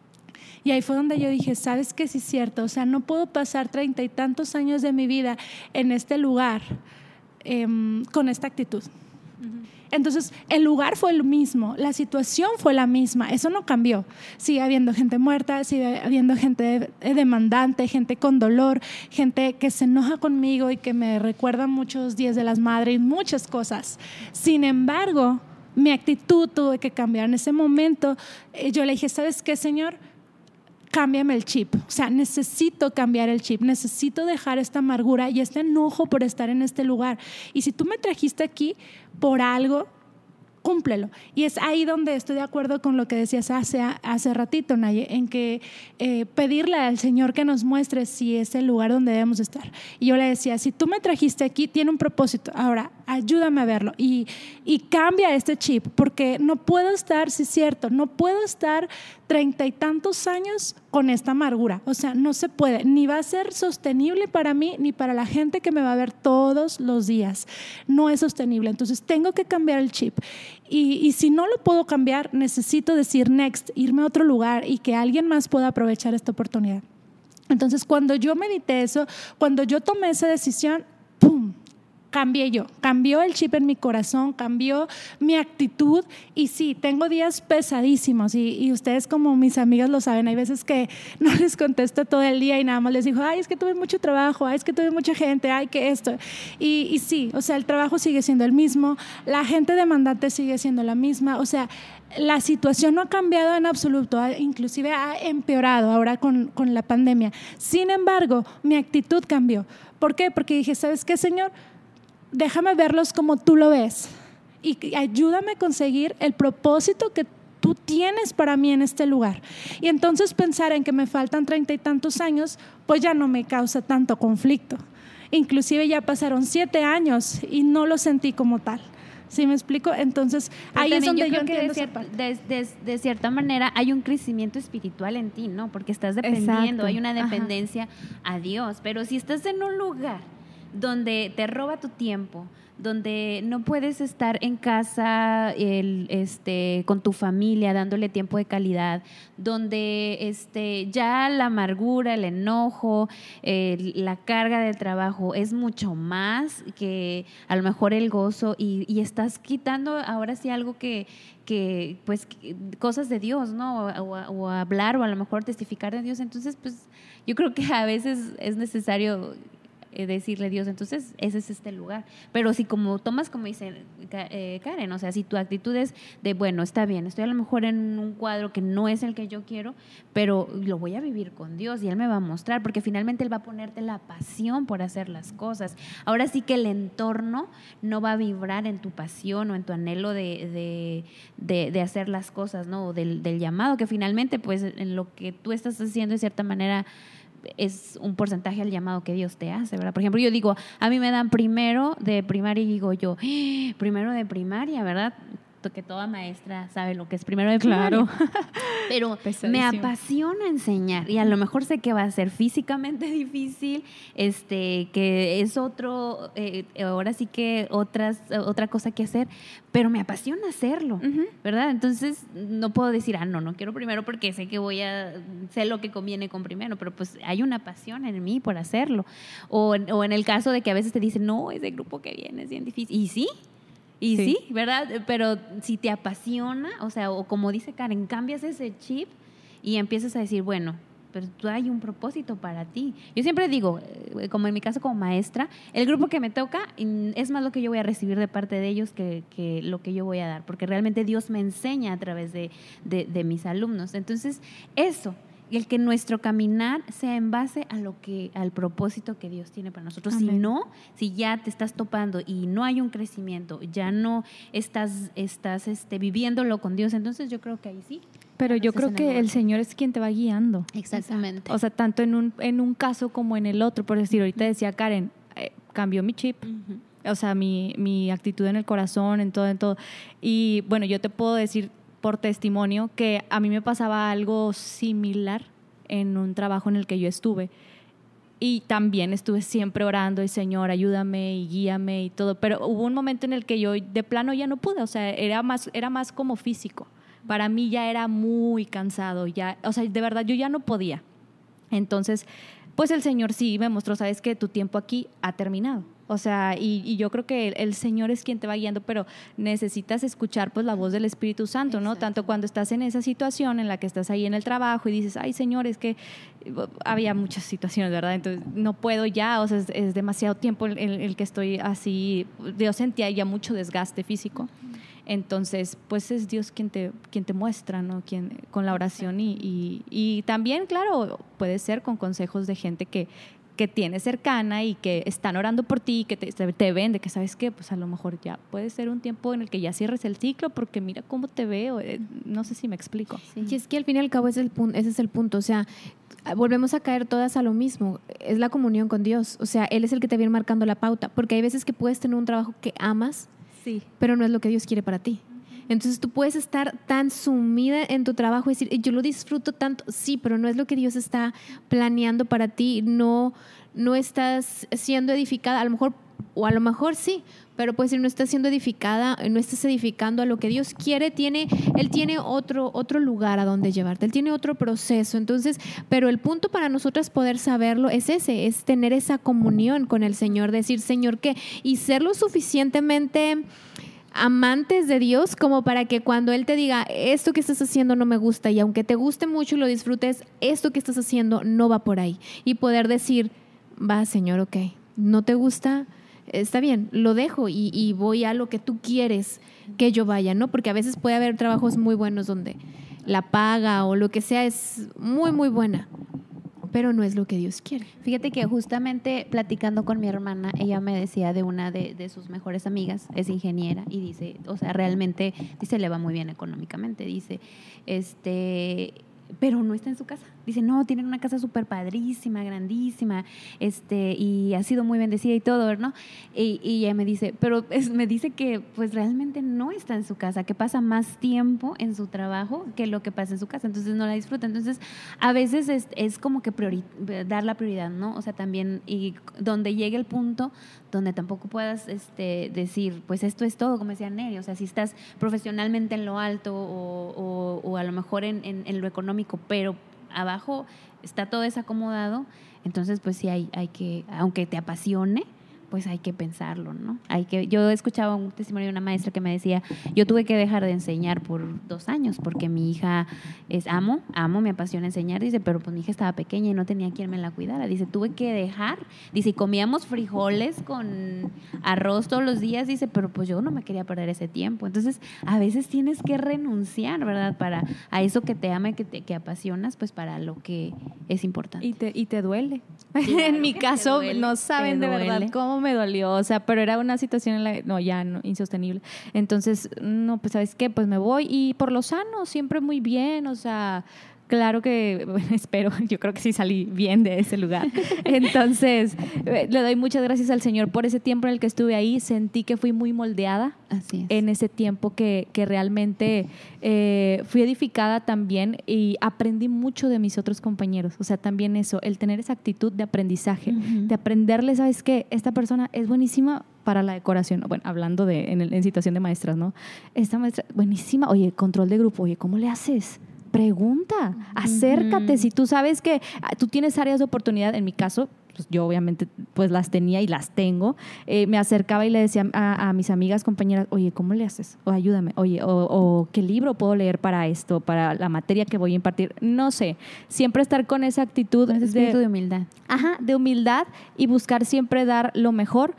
Y ahí fue donde yo dije, ¿sabes qué? Sí es cierto, o sea, no puedo pasar treinta y tantos años de mi vida en este lugar eh, con esta actitud. Uh-huh. Entonces, el lugar fue el mismo, la situación fue la misma, eso no cambió. Sigue habiendo gente muerta, sigue habiendo gente demandante, gente con dolor, gente que se enoja conmigo y que me recuerda muchos días de las madres, muchas cosas. Sin embargo, mi actitud tuve que cambiar. En ese momento, eh, yo le dije, ¿sabes qué, Señor? Cámbiame el chip, o sea, necesito cambiar el chip, necesito dejar esta amargura y este enojo por estar en este lugar. Y si tú me trajiste aquí por algo, cúmplelo. Y es ahí donde estoy de acuerdo con lo que decías hace, hace ratito, Naye, en que eh, pedirle al Señor que nos muestre si es el lugar donde debemos estar. Y yo le decía, si tú me trajiste aquí, tiene un propósito. Ahora, ayúdame a verlo y, y cambia este chip, porque no puedo estar, sí es cierto, no puedo estar treinta y tantos años con esta amargura. O sea, no se puede, ni va a ser sostenible para mí, ni para la gente que me va a ver todos los días. No es sostenible. Entonces, tengo que cambiar el chip. Y, y si no lo puedo cambiar, necesito decir next, irme a otro lugar y que alguien más pueda aprovechar esta oportunidad. Entonces, cuando yo medité eso, cuando yo tomé esa decisión, ¡pum!, cambié yo, cambió el chip en mi corazón, cambió mi actitud. Y sí, tengo días pesadísimos y, y ustedes como mis amigas lo saben, hay veces que no les contesto todo el día y nada más les digo, ay, es que tuve mucho trabajo, ay, es que tuve mucha gente, ay, que esto. Y, y sí, o sea, el trabajo sigue siendo el mismo, la gente demandante sigue siendo la misma, o sea, la situación no ha cambiado en absoluto, inclusive ha empeorado ahora con, con la pandemia. Sin embargo, mi actitud cambió. ¿Por qué? Porque dije, ¿sabes qué, Señor? déjame verlos como tú lo ves y ayúdame a conseguir el propósito que tú tienes para mí en este lugar. Y entonces pensar en que me faltan treinta y tantos años, pues ya no me causa tanto conflicto. Inclusive ya pasaron siete años y no lo sentí como tal. ¿Sí me explico? Entonces, pero ahí es donde yo, yo entiendo que de, cier- de, de, de cierta manera hay un crecimiento espiritual en ti, ¿no? Porque estás dependiendo, Exacto. hay una dependencia Ajá. a Dios. Pero si estás en un lugar donde te roba tu tiempo, donde no puedes estar en casa el, este, con tu familia dándole tiempo de calidad, donde este, ya la amargura, el enojo, eh, la carga del trabajo es mucho más que a lo mejor el gozo y, y estás quitando ahora sí algo que, que pues que, cosas de Dios, ¿no? O, o, o hablar o a lo mejor testificar de Dios. Entonces, pues yo creo que a veces es necesario decirle a Dios, entonces ese es este lugar. Pero si como tomas, como dice eh, Karen, o sea, si tu actitud es de, bueno, está bien, estoy a lo mejor en un cuadro que no es el que yo quiero, pero lo voy a vivir con Dios y Él me va a mostrar, porque finalmente Él va a ponerte la pasión por hacer las cosas. Ahora sí que el entorno no va a vibrar en tu pasión o en tu anhelo de, de, de, de hacer las cosas, ¿no? O del, del llamado, que finalmente, pues, en lo que tú estás haciendo, de cierta manera, es un porcentaje al llamado que Dios te hace, ¿verdad? Por ejemplo, yo digo, a mí me dan primero de primaria y digo yo, ¡eh! Primero de primaria, ¿verdad? Que toda maestra sabe lo que es primero de primaria. Claro. Pero Pesadísimo. Me apasiona enseñar y a lo mejor sé que va a ser físicamente difícil, este, que es otro, eh, ahora sí que otras, otra cosa que hacer, pero me apasiona hacerlo, uh-huh. ¿verdad? Entonces no puedo decir, ah, no, no quiero primero porque sé que voy a, sé lo que conviene con primero, pero pues hay una pasión en mí por hacerlo. O, o en el caso de que a veces te dicen, no, ese grupo que viene es bien difícil. Y sí, Y sí. sí, ¿verdad? Pero si te apasiona, o sea, o como dice Karen, cambias ese chip y empiezas a decir, bueno, pero tú hay un propósito para ti. Yo siempre digo, como en mi caso como maestra, el grupo que me toca es más lo que yo voy a recibir de parte de ellos que, que lo que yo voy a dar, porque realmente Dios me enseña a través de, de, de mis alumnos. Entonces, eso. Y el que nuestro caminar sea en base a lo que, al propósito que Dios tiene para nosotros. Amén. Si no, si ya te estás topando y no hay un crecimiento, ya no estás, estás este, viviéndolo con Dios, entonces yo creo que ahí sí. Pero yo creo que el Señor es quien te va guiando. Exactamente. O sea, tanto en un, en un caso como en el otro. Por decir, ahorita decía Karen, eh, cambió mi chip. Uh-huh. O sea, mi, mi actitud en el corazón, en todo, en todo. Y bueno, yo te puedo decir por testimonio que a mí me pasaba algo similar en un trabajo en el que yo estuve y también estuve siempre orando y Señor, ayúdame y guíame y todo, pero hubo un momento en el que yo de plano ya no pude, o sea, era más, era más como físico, para mí ya era muy cansado, ya, o sea, de verdad yo ya no podía. Entonces, pues el Señor sí me mostró, sabes que tu tiempo aquí ha terminado. O sea, y, y yo creo que el, el Señor es quien te va guiando, pero necesitas escuchar pues la voz del Espíritu Santo, ¿no? Exacto. Tanto cuando estás en esa situación en la que estás ahí en el trabajo y dices, ay, Señor, es que había muchas situaciones, ¿verdad? Entonces no puedo ya, o sea, es, es demasiado tiempo el, el, el que estoy así. Yo sentía ya mucho desgaste físico. Entonces, pues es Dios quien te, quien te muestra, ¿no? Quien, con la oración y, y, y también, claro, puede ser con consejos de gente que que tienes cercana y que están orando por ti, que te, te ven, de que sabes que pues a lo mejor ya puede ser un tiempo en el que ya cierres el ciclo porque mira cómo te veo, eh, no sé si me explico. Sí. Y es que al fin y al cabo ese es el punto, ese es el punto, o sea, volvemos a caer todas a lo mismo, es la comunión con Dios, o sea, Él es el que te viene marcando la pauta, porque hay veces que puedes tener un trabajo que amas, sí, pero no es lo que Dios quiere para ti. Entonces tú puedes estar tan sumida en tu trabajo y decir, yo lo disfruto tanto, sí, pero no es lo que Dios está planeando para ti, no, no estás siendo edificada, a lo mejor, o a lo mejor sí, pero puedes decir, no estás siendo edificada, no estás edificando a lo que Dios quiere, tiene, Él tiene otro, otro lugar a donde llevarte, Él tiene otro proceso, entonces, pero el punto para nosotras poder saberlo es ese, es tener esa comunión con el Señor, decir, Señor, ¿qué? Y ser lo suficientemente amantes de Dios como para que cuando Él te diga esto que estás haciendo no me gusta y aunque te guste mucho y lo disfrutes, esto que estás haciendo no va por ahí y poder decir, va Señor, ok, no te gusta, está bien, lo dejo y, y voy a lo que tú quieres que yo vaya, ¿no? Porque a veces puede haber trabajos muy buenos donde la paga o lo que sea es muy muy buena, pero no es lo que Dios quiere. Fíjate que justamente platicando con mi hermana, ella me decía de una de, de sus mejores amigas, es ingeniera, y dice, o sea, realmente, dice, le va muy bien económicamente, dice, este, pero no está en su casa. Dice, no, tienen una casa súper padrísima, grandísima, este, y ha sido muy bendecida y todo, ¿no? Y, y ella me dice, pero es, me dice que pues realmente no está en su casa, que pasa más tiempo en su trabajo que lo que pasa en su casa, entonces no la disfruta. Entonces, a veces es, es como que priori- dar la prioridad, ¿no? O sea, también, y donde llegue el punto donde tampoco puedas este, decir, pues esto es todo, como decía Neri, o sea, si estás profesionalmente en lo alto o, o, o a lo mejor en, en, en lo económico, pero abajo está todo desacomodado, entonces pues sí hay, hay que, aunque te apasione, pues hay que pensarlo, ¿no? Hay que, yo escuchaba un testimonio de una maestra que me decía, yo tuve que dejar de enseñar por dos años porque mi hija es amo, amo, me apasiona enseñar, dice, pero pues mi hija estaba pequeña y no tenía quien me la cuidara, dice, tuve que dejar, dice, y comíamos frijoles con arroz todos los días, dice, pero pues yo no me quería perder ese tiempo. Entonces, a veces tienes que renunciar, ¿verdad? Para a eso que te ama y que te que apasionas, pues para lo que es importante. Y te, y te duele. Claro, en mi te caso, duele, no saben te de verdad duele. cómo me dolió, o sea, pero era una situación en la, no, ya no, insostenible. Entonces, no, pues, ¿sabes qué? Pues me voy y por lo sano, siempre muy bien, o sea, claro que, bueno, espero, yo creo que sí salí bien de ese lugar. Entonces, eh, le doy muchas gracias al Señor por ese tiempo en el que estuve ahí, sentí que fui muy moldeada. Así es. En ese tiempo que, que realmente eh, fui edificada también y aprendí mucho de mis otros compañeros. O sea, también eso, el tener esa actitud de aprendizaje, Uh-huh. de aprenderle, ¿sabes qué? Esta persona es buenísima para la decoración. Bueno, hablando de en, el- en situación de maestras, ¿no? Esta maestra, buenísima. Oye, control de grupo. Oye, ¿cómo le haces? Pregunta, acércate. Uh-huh. Si tú sabes que ah, tú tienes áreas de oportunidad, en mi caso, pues yo obviamente pues las tenía y las tengo, eh, me acercaba y le decía a, a mis amigas, compañeras, oye, ¿cómo le haces? O ayúdame, oye, o, o ¿qué libro puedo leer para esto, para la materia que voy a impartir? No sé, siempre estar con esa actitud Con ese espíritu de, de humildad. Ajá, de humildad y buscar siempre dar lo mejor,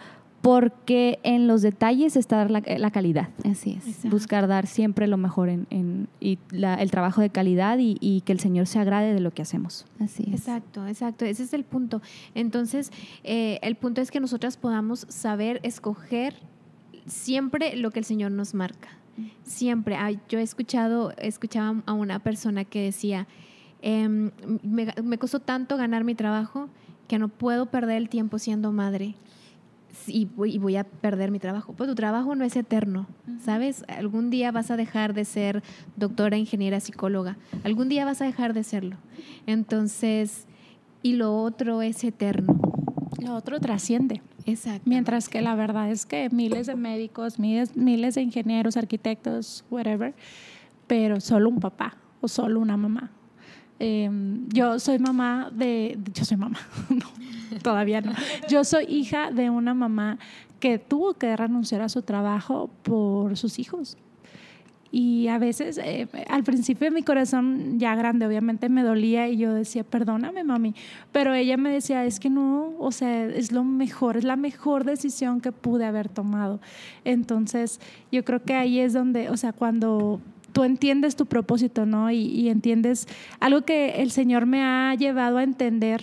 porque en los detalles está la, la calidad. Así es. Exacto. Buscar dar siempre lo mejor en, en y la, el trabajo de calidad y, y que el Señor se agrade de lo que hacemos. Así es. Exacto, exacto. Ese es el punto. Entonces, eh, el punto es que nosotras podamos saber escoger siempre lo que el Señor nos marca. Siempre. Ay, yo he escuchado, escuchaba a una persona que decía, eh, me, me costó tanto ganar mi trabajo que no puedo perder el tiempo siendo madre. Y voy, y voy a perder mi trabajo. Pues tu trabajo no es eterno, ¿sabes? Algún día vas a dejar de ser doctora, ingeniera, psicóloga. Algún día vas a dejar de serlo. Entonces, y lo otro es eterno. Lo otro trasciende. Exacto. Mientras que la verdad es que miles de médicos, miles, miles de ingenieros, arquitectos, whatever, pero solo un papá o solo una mamá. Eh, yo soy mamá de, yo soy mamá, no, todavía no. Yo soy hija de una mamá que tuvo que renunciar a su trabajo por sus hijos. Y a veces, eh, al principio mi corazón ya grande, obviamente me dolía y yo decía, perdóname, mami. Pero ella me decía, es que no, o sea, es lo mejor, es la mejor decisión que pude haber tomado. Entonces, yo creo que ahí es donde, o sea, cuando tú entiendes tu propósito, ¿no? Y, y entiendes algo que el Señor me ha llevado a entender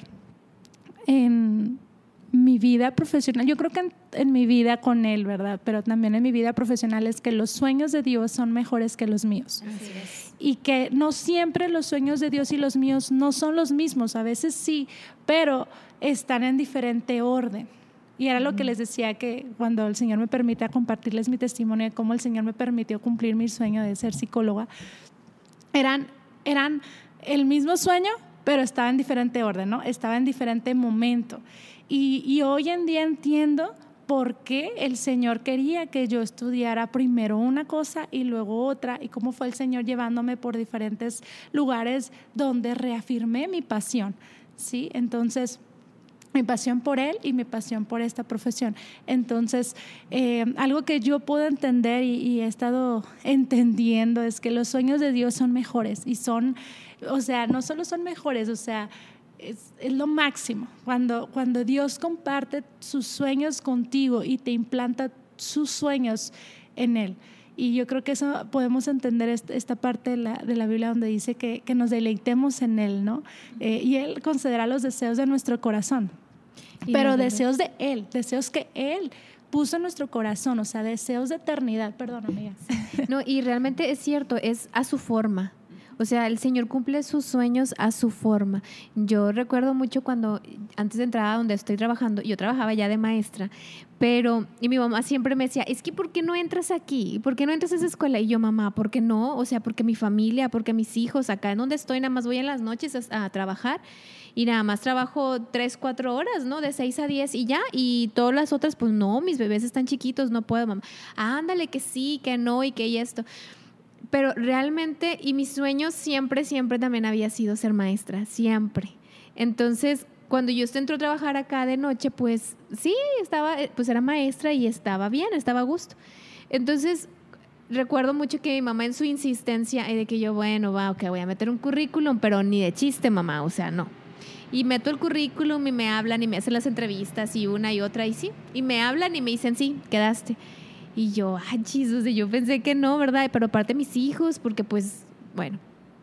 en mi vida profesional, yo creo que en, en mi vida con Él, ¿verdad? Pero también en mi vida profesional es que los sueños de Dios son mejores que los míos. Así es. Y que no siempre los sueños de Dios y los míos no son los mismos, a veces sí, pero están en diferente orden. Y era lo que les decía, que cuando el Señor me permite compartirles mi testimonio de cómo el Señor me permitió cumplir mi sueño de ser psicóloga, eran, eran el mismo sueño, pero estaba en diferente orden, ¿no? Estaba en diferente momento. Y, y hoy en día entiendo por qué el Señor quería que yo estudiara primero una cosa y luego otra, y cómo fue el Señor llevándome por diferentes lugares donde reafirmé mi pasión, ¿sí? Entonces, mi pasión por Él y mi pasión por esta profesión. Entonces, eh, algo que yo puedo entender y, y he estado entendiendo es que los sueños de Dios son mejores y son, o sea, no solo son mejores, o sea, es, es lo máximo. Cuando, cuando Dios comparte sus sueños contigo y te implanta sus sueños en Él. Y yo creo que eso podemos entender esta, esta parte de la, de la Biblia donde dice que, que nos deleitemos en Él, ¿no? Eh, y Él concederá los deseos de nuestro corazón, Y pero no, no, no. deseos de Él, deseos que Él puso en nuestro corazón, o sea, deseos de eternidad. Perdón, amiga. No, y realmente es cierto, es a su forma. O sea, el Señor cumple sus sueños a su forma. Yo recuerdo mucho cuando, antes de entrar a donde estoy trabajando, yo trabajaba ya de maestra, pero, y mi mamá siempre me decía, es que ¿por qué no entras aquí? ¿Por qué no entras a esa escuela? Y yo, mamá, ¿por qué no? O sea, porque mi familia, porque mis hijos, acá en donde estoy, nada más voy en las noches a, a trabajar y nada más trabajo tres, cuatro horas, ¿no? De seis a diez y ya, y todas las otras, pues no, mis bebés están chiquitos, no puedo, mamá. Ándale, que sí, que no y que y esto. Pero realmente, y mi sueño siempre, siempre también había sido ser maestra, siempre. Entonces, cuando yo entré a trabajar acá de noche, pues sí, estaba, pues era maestra y estaba bien, estaba a gusto. Entonces, recuerdo mucho que mi mamá en su insistencia de que yo, bueno, va, ok, voy a meter un currículum, pero ni de chiste, mamá, o sea, no. Y meto el currículum y me hablan y me hacen las entrevistas y una y otra y sí, y me hablan y me dicen, sí, quedaste. Y yo, ay, Jesús, yo pensé que no, ¿verdad? Pero aparte mis hijos, porque pues, bueno.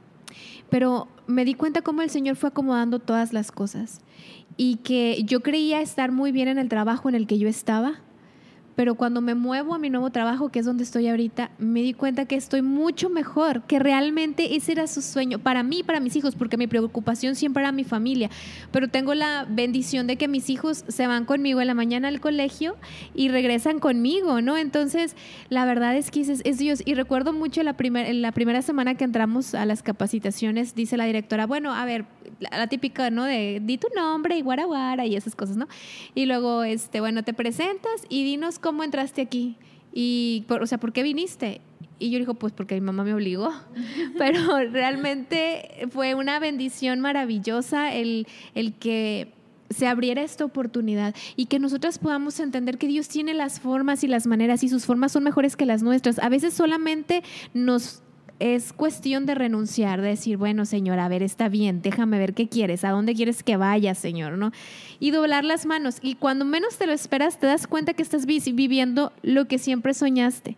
Pero me di cuenta cómo el Señor fue acomodando todas las cosas y que yo creía estar muy bien en el trabajo en el que yo estaba, pero cuando me muevo a mi nuevo trabajo, que es donde estoy ahorita, me di cuenta que estoy mucho mejor, que realmente ese era su sueño, para mí y para mis hijos, porque mi preocupación siempre era mi familia, pero tengo la bendición de que mis hijos se van conmigo en la mañana al colegio y regresan conmigo, ¿no? Entonces, la verdad es que es, es Dios. Y recuerdo mucho la, primer, la primera semana que entramos a las capacitaciones, dice la directora, bueno, a ver, la, la típica, ¿no? De di tu nombre y guara guara y esas cosas, ¿no? Y luego, este, bueno, te presentas y dinos cómo entraste aquí y, por, o sea, ¿por qué viniste? Y yo digo, pues porque mi mamá me obligó, pero realmente fue una bendición maravillosa el, el que se abriera esta oportunidad y que nosotras podamos entender que Dios tiene las formas y las maneras y sus formas son mejores que las nuestras. A veces solamente nos es cuestión de renunciar, de decir, bueno, Señor, a ver, está bien, déjame ver qué quieres, a dónde quieres que vaya, Señor, ¿no? Y doblar las manos. Y cuando menos te lo esperas, te das cuenta que estás viviendo lo que siempre soñaste.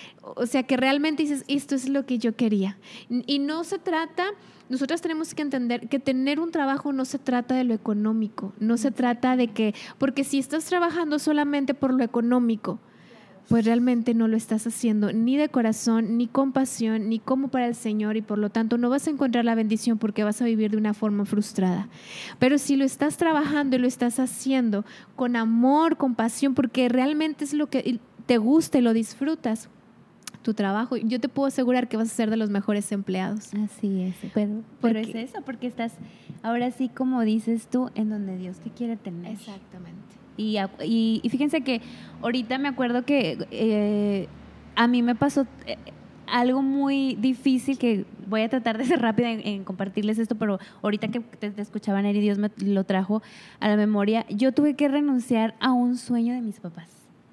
O sea, que realmente dices, esto es lo que yo quería. Y no se trata, nosotras tenemos que entender que tener un trabajo no se trata de lo económico, no se trata de que, porque si estás trabajando solamente por lo económico, pues realmente no lo estás haciendo ni de corazón, ni con pasión, ni como para el Señor y por lo tanto no vas a encontrar la bendición porque vas a vivir de una forma frustrada. Pero si lo estás trabajando y lo estás haciendo con amor, con pasión, porque realmente es lo que te gusta y lo disfrutas, tu trabajo, yo te puedo asegurar que vas a ser de los mejores empleados. Así es, pero, pero es eso, porque estás ahora sí, como dices tú, en donde Dios te quiere tener. Exactamente. Y, y, y fíjense que ahorita me acuerdo que eh, a mí me pasó eh, algo muy difícil que voy a tratar de ser rápida en, en compartirles esto, pero ahorita que te, te escuchaba, Neri, Dios me lo trajo a la memoria. Yo tuve que renunciar a un sueño de mis papás.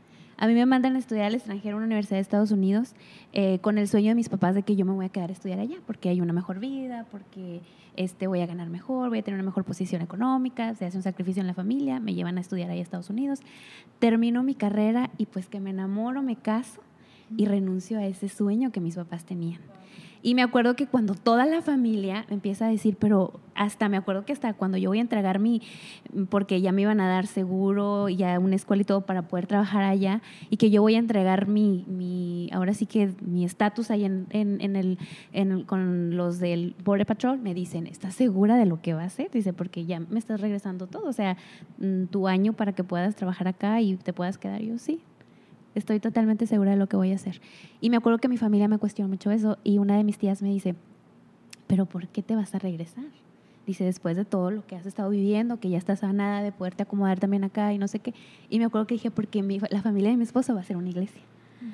A mí me mandan a estudiar al extranjero a una universidad de Estados Unidos eh, con el sueño de mis papás de que yo me voy a quedar a estudiar allá porque hay una mejor vida, porque este, voy a ganar mejor, voy a tener una mejor posición económica, se hace un sacrificio en la familia, me llevan a estudiar allá a Estados Unidos. Termino mi carrera y pues que me enamoro, me caso y renuncio a ese sueño que mis papás tenían. Y me acuerdo que cuando toda la familia me empieza a decir, pero hasta me acuerdo que hasta cuando yo voy a entregar mi, porque ya me iban a dar seguro y ya una escuela y todo para poder trabajar allá, y que yo voy a entregar mi, mi ahora sí que mi estatus ahí en, en, en el, en, con los del Border Patrol, me dicen, ¿estás segura de lo que va a hacer? Dice, porque ya me estás regresando todo, o sea, tu año para que puedas trabajar acá y te puedas quedar. Yo, sí. Estoy totalmente segura de lo que voy a hacer. Y me acuerdo que mi familia me cuestionó mucho eso y una de mis tías me dice, ¿pero por qué te vas a regresar? Dice, después de todo lo que has estado viviendo, que ya estás sanada de poderte acomodar también acá y no sé qué. Y me acuerdo que dije, porque mi, la familia de mi esposo va a ser una iglesia.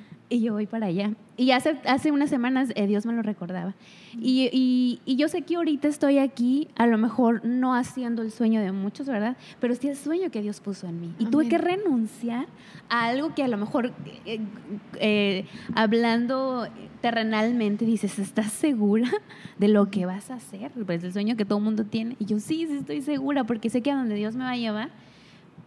Y yo voy para allá. Y hace, hace unas semanas eh, Dios me lo recordaba. Y, y, y yo sé que ahorita estoy aquí, a lo mejor no haciendo el sueño de muchos, ¿verdad? Pero sí el sueño que Dios puso en mí. Y Amén. Tuve que renunciar a algo que a lo mejor, eh, eh, hablando terrenalmente, dices, ¿estás segura de lo que vas a hacer? Pues el sueño que todo el mundo tiene. Y yo, sí, sí estoy segura, porque sé que a donde Dios me va a llevar,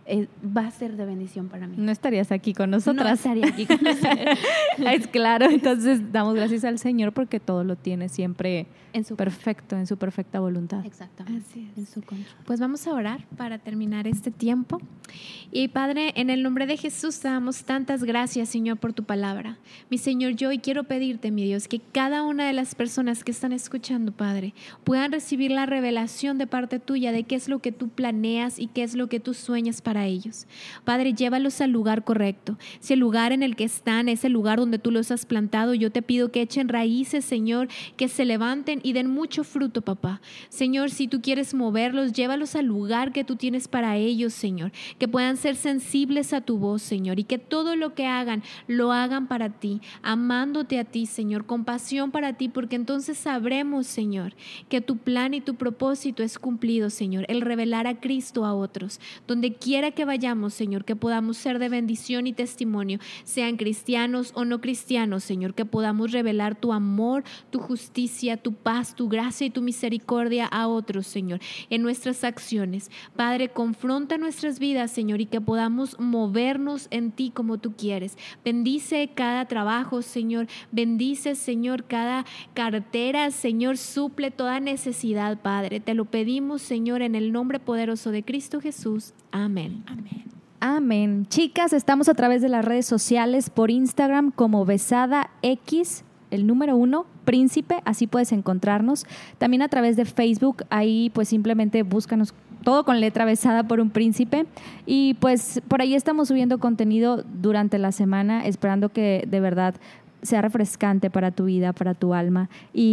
eh, va a ser de bendición para mí. No estarías aquí con nosotras. No estaría aquí con nosotras. Es claro, entonces damos gracias al Señor porque todo lo tiene siempre En su perfecto, en su perfecta voluntad. Exactamente. Así es. En su control. Pues vamos a orar para terminar este tiempo. Y Padre, en el nombre de Jesús te damos tantas gracias, Señor, por tu palabra. Mi Señor, yo hoy quiero pedirte, mi Dios, que cada una de las personas que están escuchando, Padre, puedan recibir la revelación de parte tuya de qué es lo que tú planeas y qué es lo que tú sueñas para ellos. Padre, llévalos al lugar correcto. Si el lugar en el que están es el lugar donde tú los has plantado, yo te pido que echen raíces, Señor, que se levanten y den mucho fruto, papá. Señor, si tú quieres moverlos, llévalos al lugar que tú tienes para ellos, Señor. Que puedan ser sensibles a tu voz, Señor, y que todo lo que hagan, lo hagan para ti, amándote a ti, Señor, con pasión para ti, porque entonces sabremos, Señor, que tu plan y tu propósito es cumplido, Señor, el revelar a Cristo a otros. Donde quiera que vayamos, Señor, que podamos ser de bendición y testimonio, sean cristianos o no cristianos, Señor, que podamos revelar tu amor, tu justicia, tu paz, tu gracia y tu misericordia a otros, Señor, en nuestras acciones. Padre, confronta nuestras vidas, Señor, y que podamos movernos en ti como tú quieres. Bendice cada trabajo, Señor. Bendice, Señor, cada cartera, Señor, suple toda necesidad, Padre. Te lo pedimos, Señor, en el nombre poderoso de Cristo Jesús. Amén. Amén. Amén. Chicas, estamos a través de las redes sociales por Instagram como Besada X, el número uno, Príncipe, así puedes encontrarnos. También a través de Facebook, ahí pues simplemente búscanos todo con letra Besada por un Príncipe. Y pues por ahí estamos subiendo contenido durante la semana, esperando que de verdad sea refrescante para tu vida, para tu alma,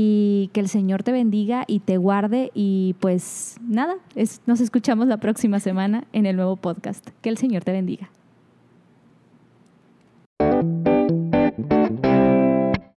y que el Señor te bendiga y te guarde. Y pues nada, es, nos escuchamos la próxima semana en el nuevo podcast. Que el Señor te bendiga.